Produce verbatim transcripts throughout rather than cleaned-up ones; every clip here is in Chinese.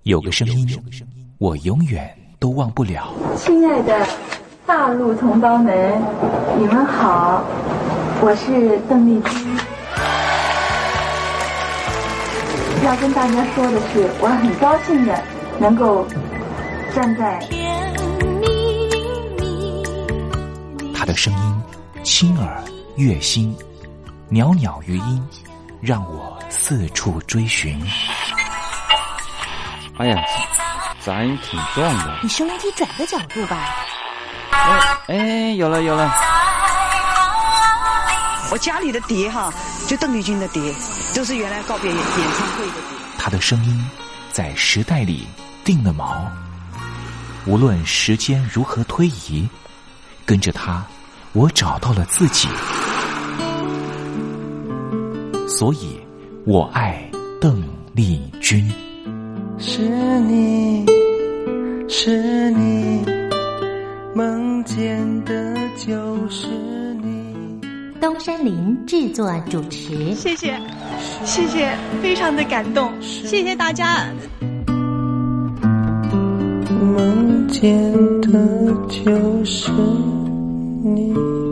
有个声音，我永远都忘不了。 亲爱的大陆同胞们，你们好，我是邓丽君。要跟大家说的是，我很高兴的能够站在他的声音轻耳悦心，袅袅余音，让我四处追寻。 哎呀，咱挺壮的。 你收音机转个角度吧。 哎哎，有了有了。 我家里的碟哈，就邓丽君的碟，都是原来告别演唱会的碟。 他的声音在时代里定了锚，无论时间如何推移，跟着他，我找到了自己。所以，我爱邓丽君。 是你，是你，梦见的就是你。 东山林制作主持。 谢谢，谢谢，非常的感动，谢谢大家。 梦见的就是你。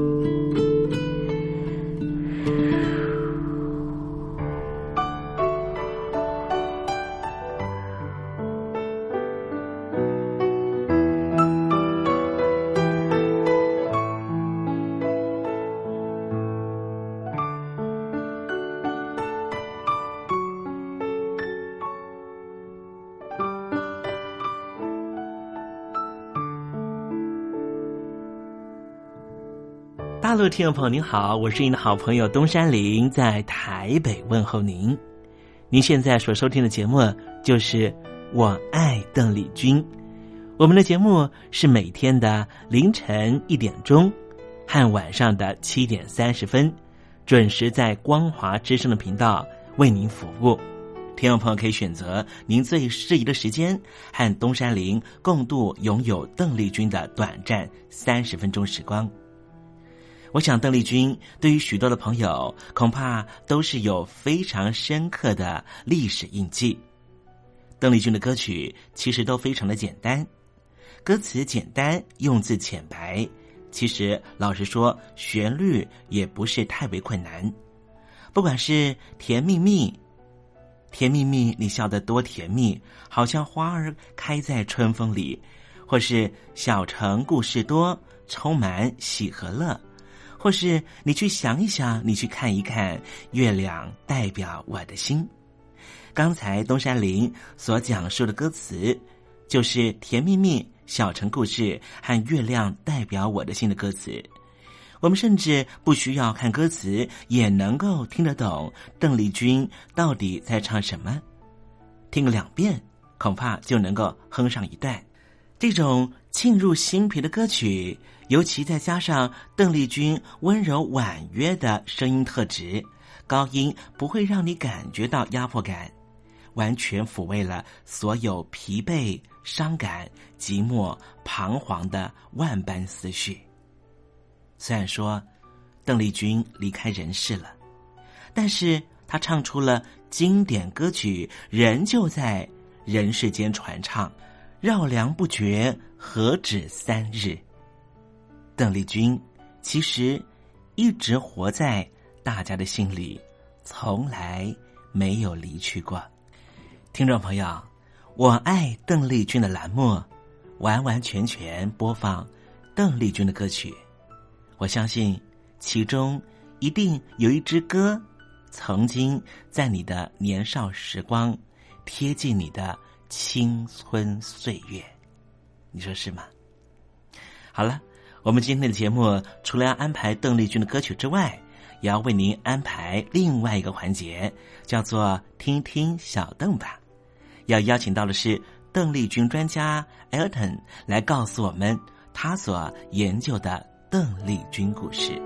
大陆听众朋友您好，我是您的好朋友东山林，在台北问候您。您现在所收听的节目就是我爱邓丽君。我们的节目是每天的凌晨一点钟和晚上的七点三十分，准时在光华之声的频道为您服务。听众朋友可以选择您最适宜的时间，和东山林共度拥有邓丽君的短暂三十分钟时光。我想邓丽君对于许多的朋友恐怕都是有非常深刻的历史印记。邓丽君的歌曲其实都非常的简单，歌词简单，用字浅白，其实老实说旋律也不是太为困难。不管是甜蜜蜜，甜蜜蜜你笑得多甜蜜，好像花儿开在春风里，或是小城故事多，充满喜和乐，或是你去想一想，你去看一看，月亮代表我的心。刚才东山林所讲述的歌词，就是甜蜜蜜、小城故事和月亮代表我的心的歌词。我们甚至不需要看歌词，也能够听得懂邓丽君到底在唱什么。听个两遍，恐怕就能够哼上一段。这种沁入心脾的歌曲，尤其再加上邓丽君温柔婉约的声音特质，高音不会让你感觉到压迫感，完全抚慰了所有疲惫、伤感、寂寞、彷徨的万般思绪。虽然说邓丽君离开人世了，但是她唱出了经典歌曲，仍旧在人世间传唱，绕梁不绝，何止三日。邓丽君其实一直活在大家的心里，从来没有离去过。听众朋友，我爱邓丽君的栏目完完全全播放邓丽君的歌曲，我相信其中一定有一支歌曾经在你的年少时光贴近你的青春岁月，你说是吗？好了，我们今天的节目除了要安排邓丽君的歌曲之外，也要为您安排另外一个环节，叫做听听小邓吧。要邀请到的是邓丽君专家 Elton 来告诉我们他所研究的邓丽君故事。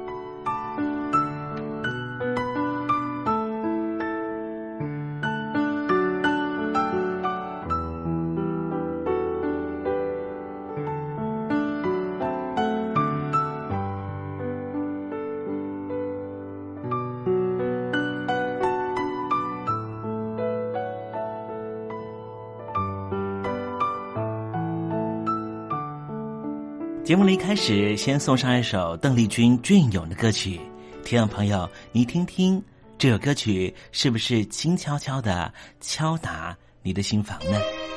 节目的一开始，先送上一首邓丽君隽永的歌曲。听众朋友，你听听这首歌曲是不是轻悄悄的敲打你的心房呢？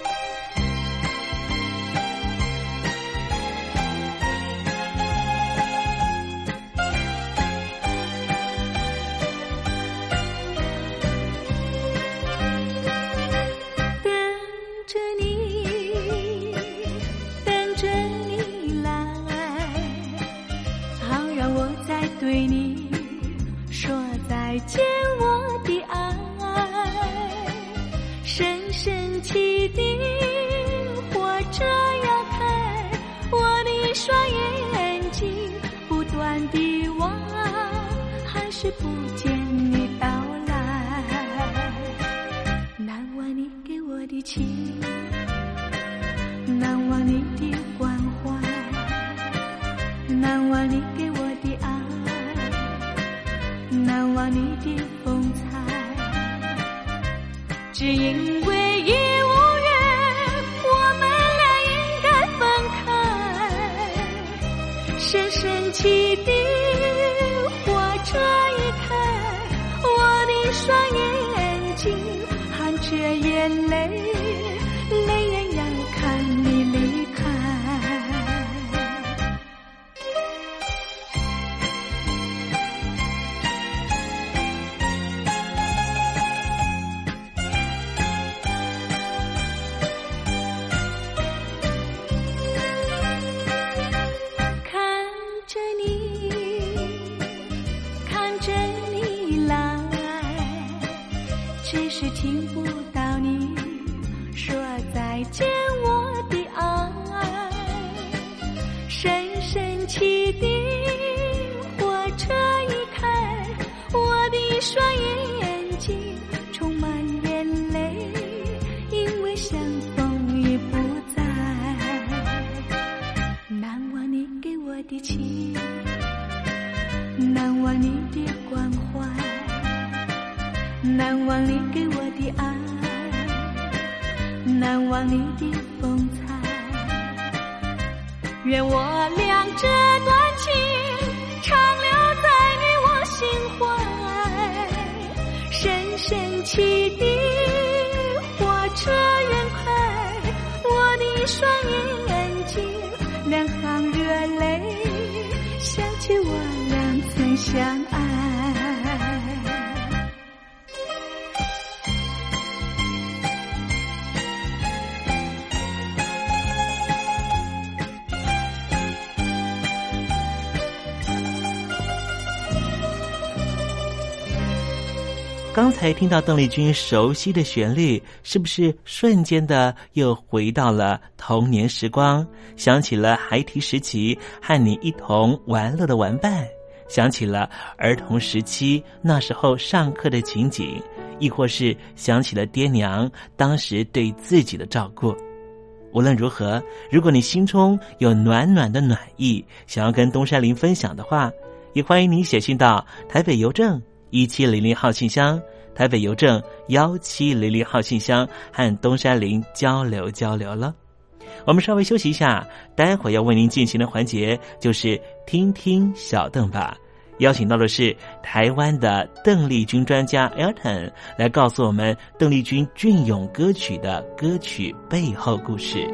刚才听到邓丽君熟悉的旋律，是不是瞬间的又回到了童年时光，想起了孩提时期和你一同玩乐的玩伴，想起了儿童时期那时候上课的情景，亦或是想起了爹娘当时对自己的照顾。无论如何，如果你心中有暖暖的暖意，想要跟东山林分享的话，也欢迎你写信到台北邮政一七零零号信箱，台北邮政一七零零号信箱，和东山林交流交流了。我们稍微休息一下，待会要为您进行的环节就是听听小邓吧。邀请到的是台湾的邓丽君专家 Elton 来告诉我们邓丽君隽永歌曲的歌曲背后故事。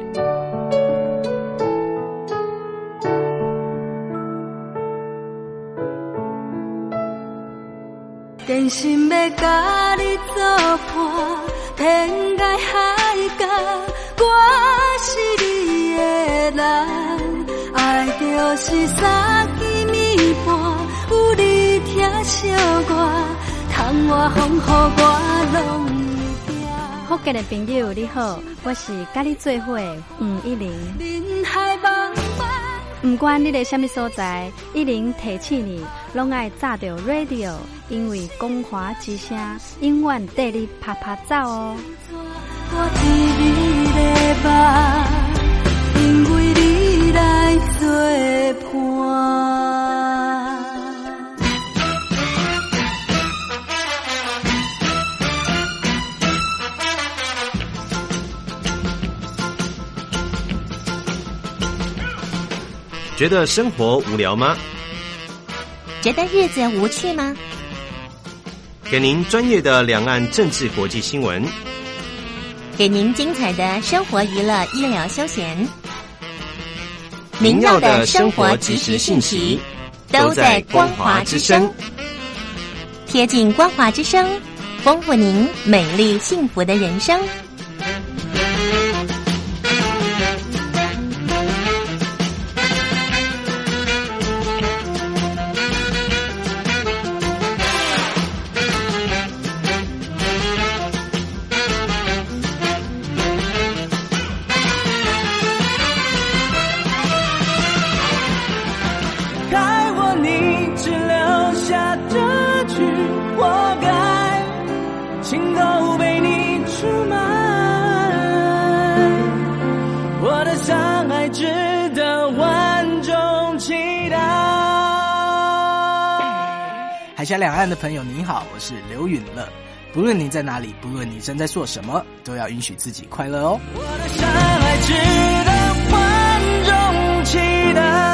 真心要甲你作伴，天涯海角，我是你的人，爱就是三更暝半，有你疼惜我，窗外风雨我拢会惊。 福建的朋友你好，我是甲你做伙黄一玲。 人海茫茫。 不管你在什么所在，一零提起你，拢爱炸着 radio， 因为光华之声永远带你啪啪走哦。 我知你的梦，因为你来作伴。 觉得生活无聊吗？ 觉得日子无趣吗？ 给您专业的两岸政治国际新闻， 给您精彩的生活娱乐医疗休闲，您要的生活即时信息都在光华之声，贴近光华之声，丰富您美丽幸福的人生。 海峡两岸的朋友您好，我是刘允乐。不论你在哪里，不论你正在做什么，都要允许自己快乐哦。我的山海值得万众期待。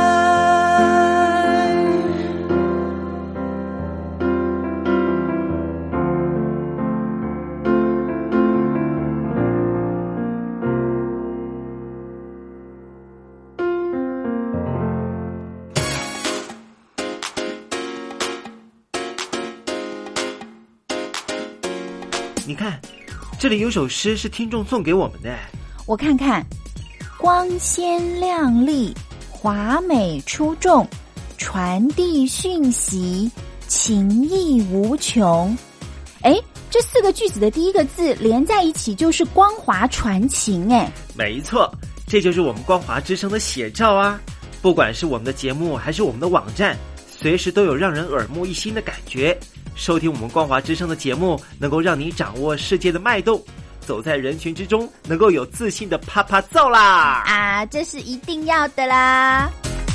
你看，这里有首诗是听众送给我们的。 我看看，光鲜亮丽，华美出众，传递讯息，情意无穷。哎，这四个句子的第一个字连在一起就是光华传情。哎， 没错，这就是我们光华之声的写照啊！不管是我们的节目还是我们的网站，随时都有让人耳目一新的感觉。收听我们光华之声的节目，能够让你掌握世界的脉动，走在人群之中，能够有自信的啪啪照啦！ 啊，这是一定要的啦！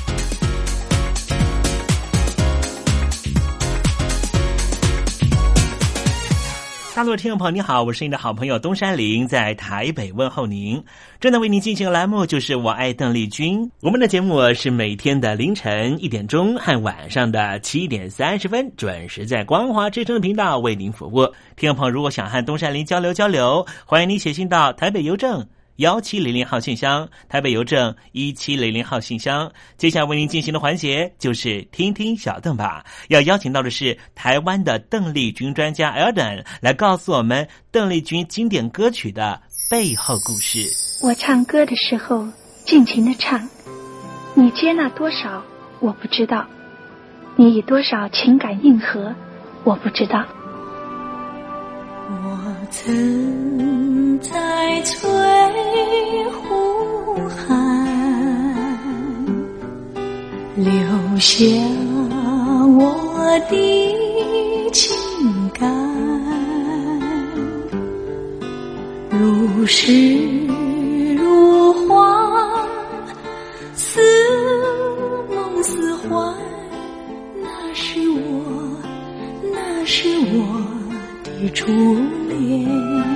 大陆的听众朋友你好，我是你的好朋友东山林，在台北问候您。正在为您进行的栏目就是我爱邓丽君，我们的节目是每天的凌晨一点钟和晚上的七点三十分准时在光华之声的频道为您服务。听众朋友如果想和东山林交流交流，欢迎您写信到台北邮政一七零零号信箱，台北邮政一七零零号信箱。接下来为您进行的环节就是听听小邓吧，要邀请到的是台湾的邓丽君专家 Elden 来告诉我们邓丽君经典歌曲的背后故事。 我唱歌的时候尽情地唱，你接纳多少我不知道，你以多少情感应和我不知道。 我曾在翠湖畔留下我的情感，如诗如画，似梦似幻，那是我，那是我的初恋。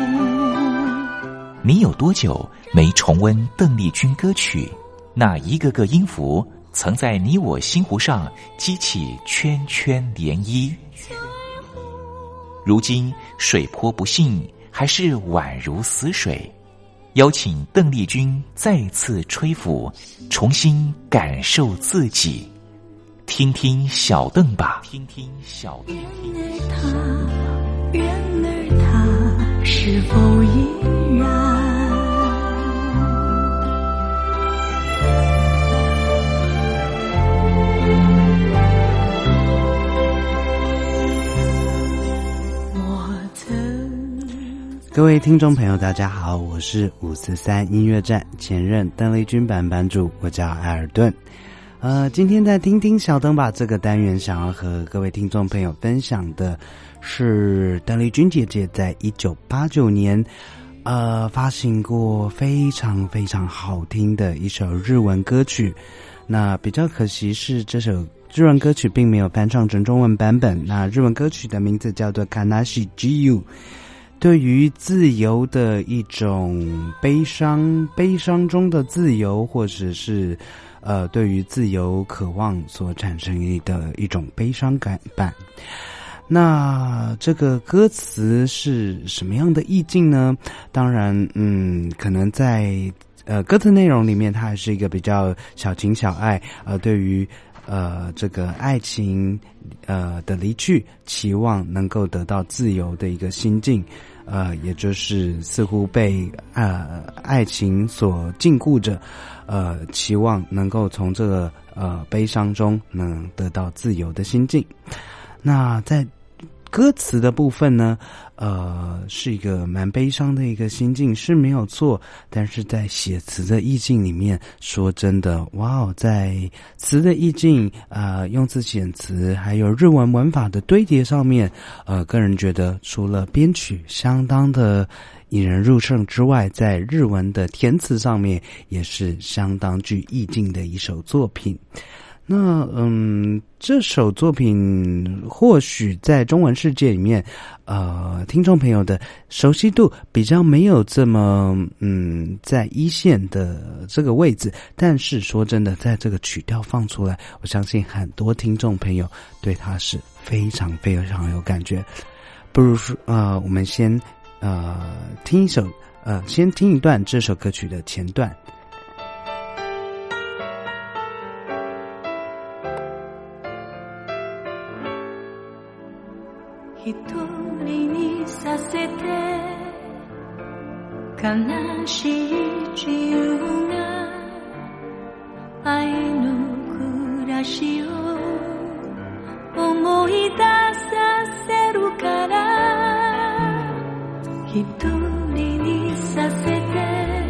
你有多久没重温邓丽君歌曲？那一个个音符曾在你我心湖上激起圈圈涟漪。如今水波不兴，还是宛如死水。邀请邓丽君再次吹拂，重新感受自己。听听小邓吧，听听小邓。 然而他是否依然？ 各位听众朋友大家好，我是五四三音乐站前任邓丽君版版主，我叫艾尔顿。呃，今天在听听小邓吧这个单元，想要和各位听众朋友分享的是邓丽君姐姐在一九八九年呃发行过非常非常好听的一首日文歌曲。那比较可惜是这首日文歌曲并没有翻唱成中文版本，那日文歌曲的名字叫做 Kanashi Jiu，对于自由的一种悲伤，悲伤中的自由，或者是呃对于自由渴望所产生的一种悲伤感版。那这个歌词是什么样的意境呢？当然，嗯，可能在呃歌词内容里面，它还是一个比较小情小爱，呃，对于呃这个爱情呃的离去，期望能够得到自由的一个心境，呃，也就是似乎被呃爱情所禁锢着，呃，期望能够从这个呃悲伤中能得到自由的心境。那在歌词的部分呢，呃，是一个蛮悲伤的一个心境，是没有错。但是在写词的意境里面，说真的，哇哦，在词的意境、呃，用字遣词，还有日文文法的堆叠上面，呃，个人觉得除了编曲相当的引人入胜之外，在日文的填词上面也是相当具意境的一首作品。那嗯，这首作品或许在中文世界里面，呃，听众朋友的熟悉度比较没有这么嗯在一线的这个位置，但是说真的，在这个曲调放出来，我相信很多听众朋友对它是非常非常有感觉。不如说，呃，我们先呃听一首，呃，先听一段这首歌曲的前段。 一人にさせて悲しい自由が愛の暮らしを思い出させるから一人にさせて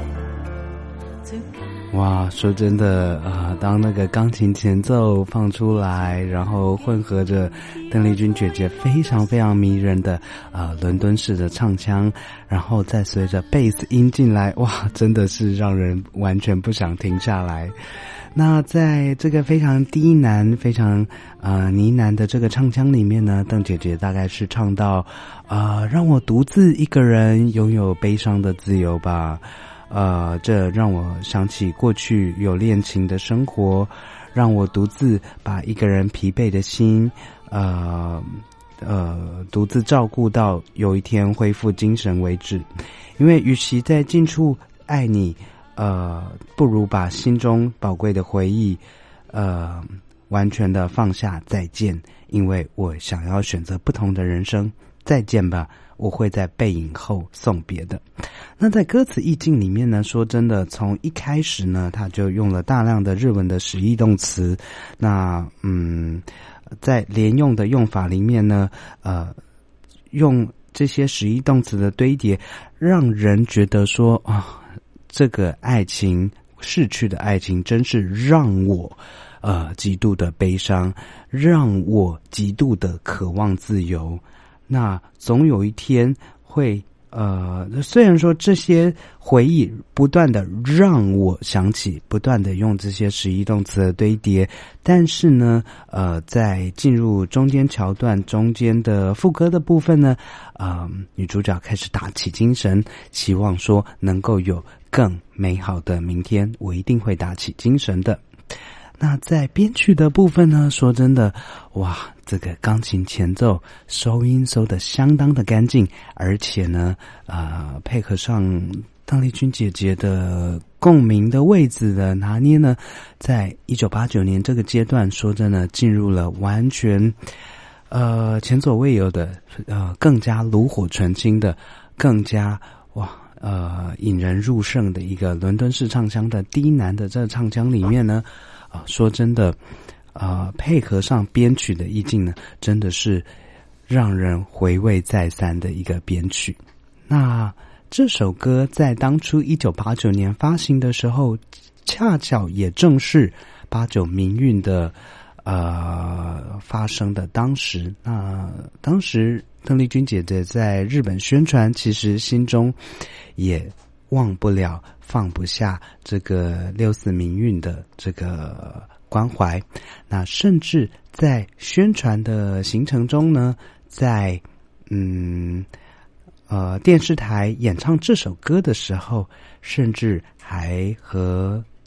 哇，说真的啊、呃，当那个钢琴前奏放出来，然后混合着邓丽君姐姐非常非常迷人的啊、呃、伦敦式的唱腔，然后再随着贝斯音进来，哇，真的是让人完全不想停下来。那在这个非常低喃、非常呃呢喃的这个唱腔里面呢，邓姐姐大概是唱到啊、呃，让我独自一个人拥有悲伤的自由吧。呃，这让我想起过去有恋情的生活，让我独自把一个人疲惫的心，呃呃，独自照顾到有一天恢复精神为止。因为与其在近处爱你，呃，不如把心中宝贵的回忆，呃，完全的放下再见。因为我想要选择不同的人生，再见吧。我会在背影后送别的。那在歌词意境里面呢，说真的，从一开始呢，他就用了大量的日文的实义动词。那嗯，在连用的用法里面呢，呃，用这些实义动词的堆叠，让人觉得说啊，这个爱情逝去的爱情，真是让我呃极度的悲伤，让我极度的渴望自由。那总有一天会呃，虽然说这些回忆不断的让我想起，不断的用这些实义动词的堆叠，但是呢，呃，在进入中间桥段中间的副歌的部分呢，呃，女主角开始打起精神，期望说能够有更美好的明天，我一定会打起精神的。那在编曲的部分呢，说真的，哇，这个钢琴前奏收音收得相当的干净，而且呢，呃，配合上邓丽君姐姐的共鸣的位置的拿捏呢，在一九八九年这个阶段，说真的，进入了完全呃前所未有的呃更加炉火纯青的，更加哇呃引人入胜的一个伦敦式唱腔的低喃的这个唱腔里面呢。啊，说真的，呃，配合上编曲的意境呢，真的是让人回味再三的一个编曲。那这首歌在当初一九八九年发行的时候，恰巧也正是八九民运的呃发生的当时。那当时邓丽君姐姐在日本宣传，其实心中也忘不了放不下这个六四民运的这个关怀。那甚至在宣传的行程中呢，在嗯呃电视台演唱这首歌的时候，甚至还和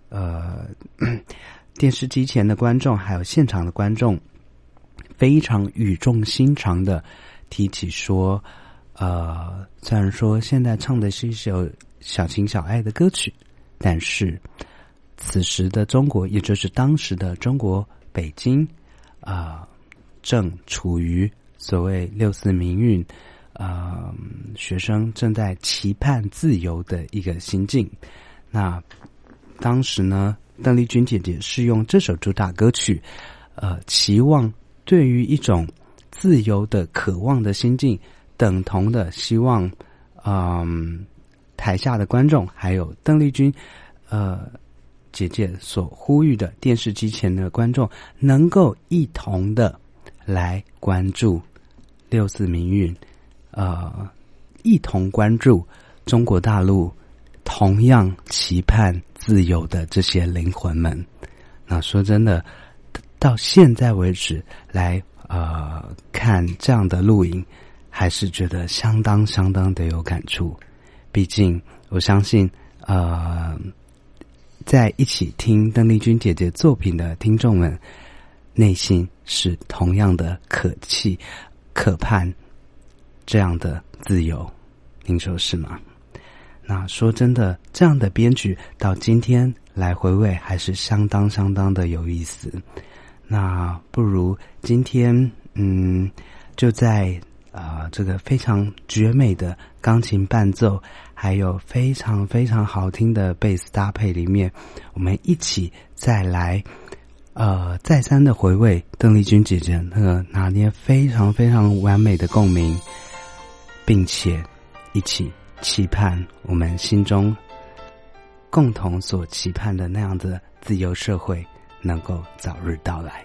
呃电视机前的观众还有现场的观众非常语重心长的提起说，呃，虽然说现在唱的是一首小情小爱的歌曲，但是此时的中国，也就是当时的中国北京啊、呃，正处于所谓六四民运，呃，学生正在期盼自由的一个心境。那当时呢，邓丽君姐姐是用这首主打歌曲，呃，期望对于一种自由的渴望的心境，等同的希望，嗯、呃，台下的观众还有邓丽君，呃。姐姐所呼吁的电视机前的观众能够一同的来关注六四民运，呃，一同关注中国大陆同样期盼自由的这些灵魂们。那说真的，到现在为止来呃看这样的录影，还是觉得相当相当的有感触。毕竟我相信呃在一起听邓丽君姐姐作品的听众们，内心是同样的可期、渴盼这样的自由，您说是吗？那说真的，这样的编曲到今天来回味，还是相当相当的有意思。那不如今天，嗯，就在啊、呃、这个非常绝美的钢琴伴奏，还有非常非常好听的贝斯搭配里面，我们一起再来呃再三的回味邓丽君姐姐那个拿捏非常非常完美的共鸣，并且一起期盼我们心中共同所期盼的那样的自由社会能够早日到来。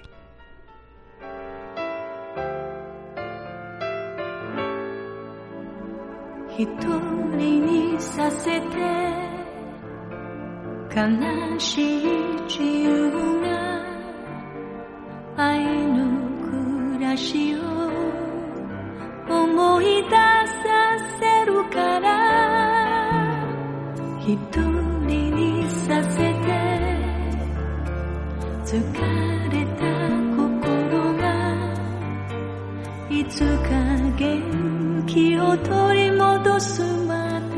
一人にさせて悲しい自由が愛の暮らしを思い出させるから一人にさせて疲れた心がいつか元気を取り戻すまで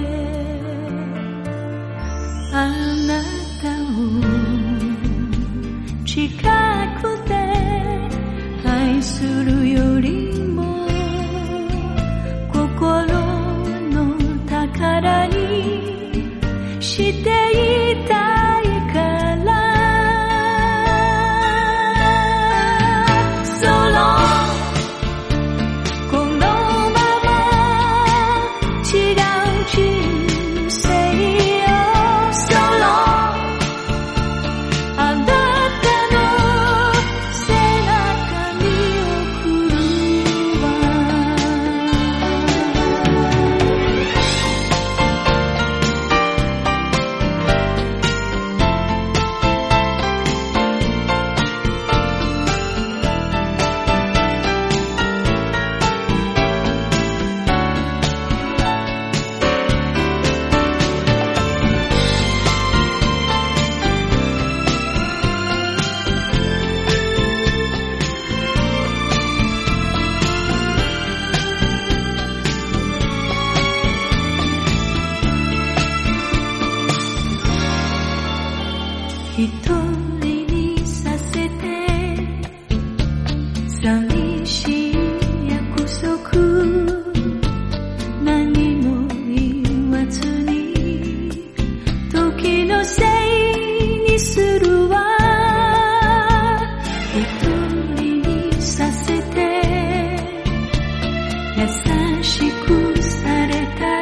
あなたを近くで愛するよりも心の宝にしていたいから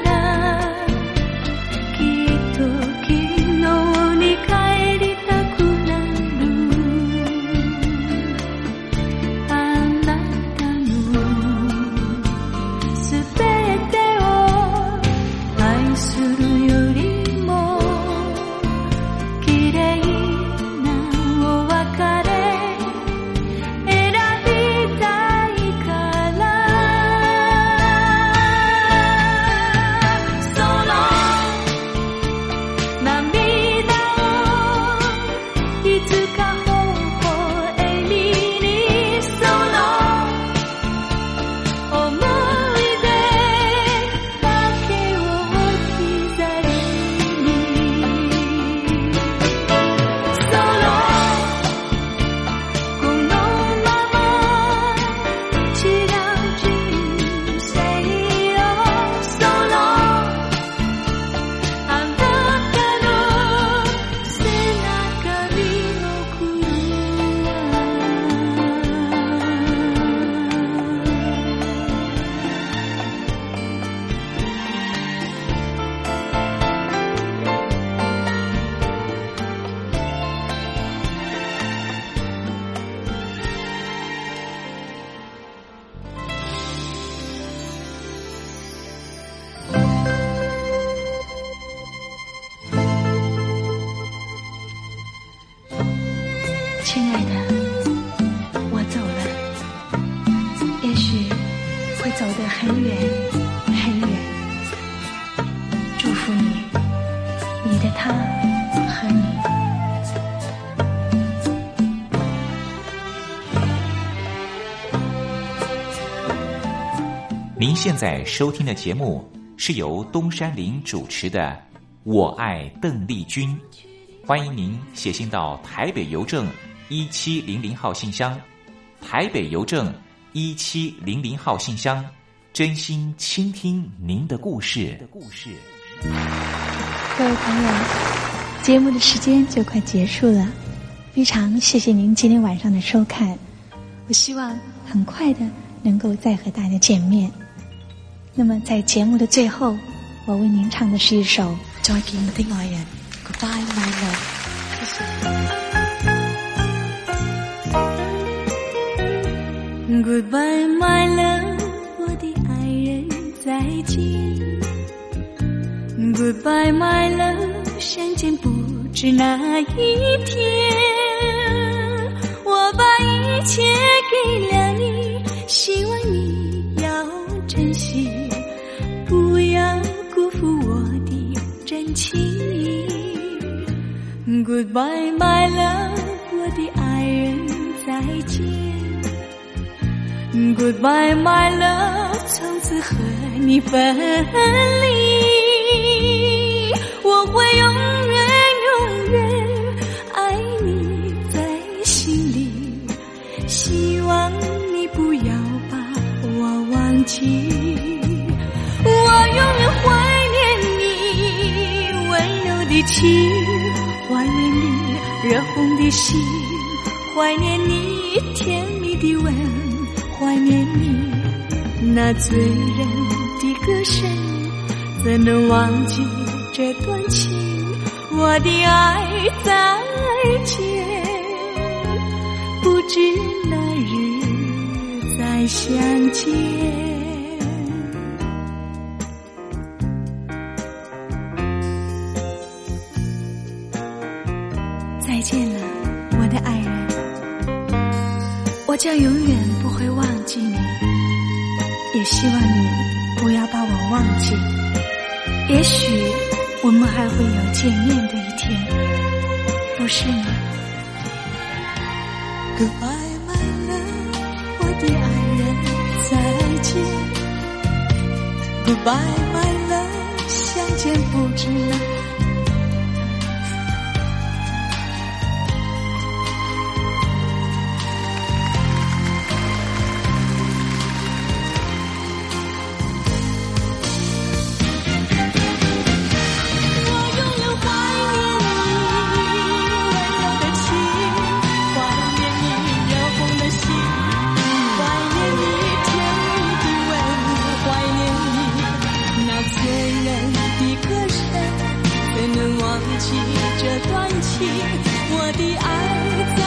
きっと昨日に帰りたく亲爱的，我走了，也许会走得很远很远。祝福你，你的他和你。 您现在收听的节目是由东山林主持的《我爱邓丽君》，欢迎您写信到台北邮政一七零零号信箱，台北邮政一七零零号信箱，真心倾听您的故事。 各位朋友，节目的时间就快结束了，非常谢谢您今天晚上的收看，我希望很快的能够再和大家见面。那么在节目的最后，我为您唱的是一首《再見我的愛人》 Goodbye My Love Goodbye My Love 我的爱人再见 Goodbye My Love 相见不知哪一天我把一切给了你希望你要珍惜不要辜负我的真情 Goodbye my love 我的爱人再见 Goodbye my love 从此和你分离我会永远永远爱你在心里希望你不要把我忘记我永远怀念你温柔的情怀念你热红的心怀念你甜蜜的吻怀念你那醉人的歌声怎能忘记这段情我的爱再见不知哪日再相见再见了我的爱人我将永远不会忘记你也希望你不要把我忘记也许我们还会有见面的一天不是吗 Goodbye my love 我的爱人再见 Goodbye my love 相见不知哪这段情，我的爱。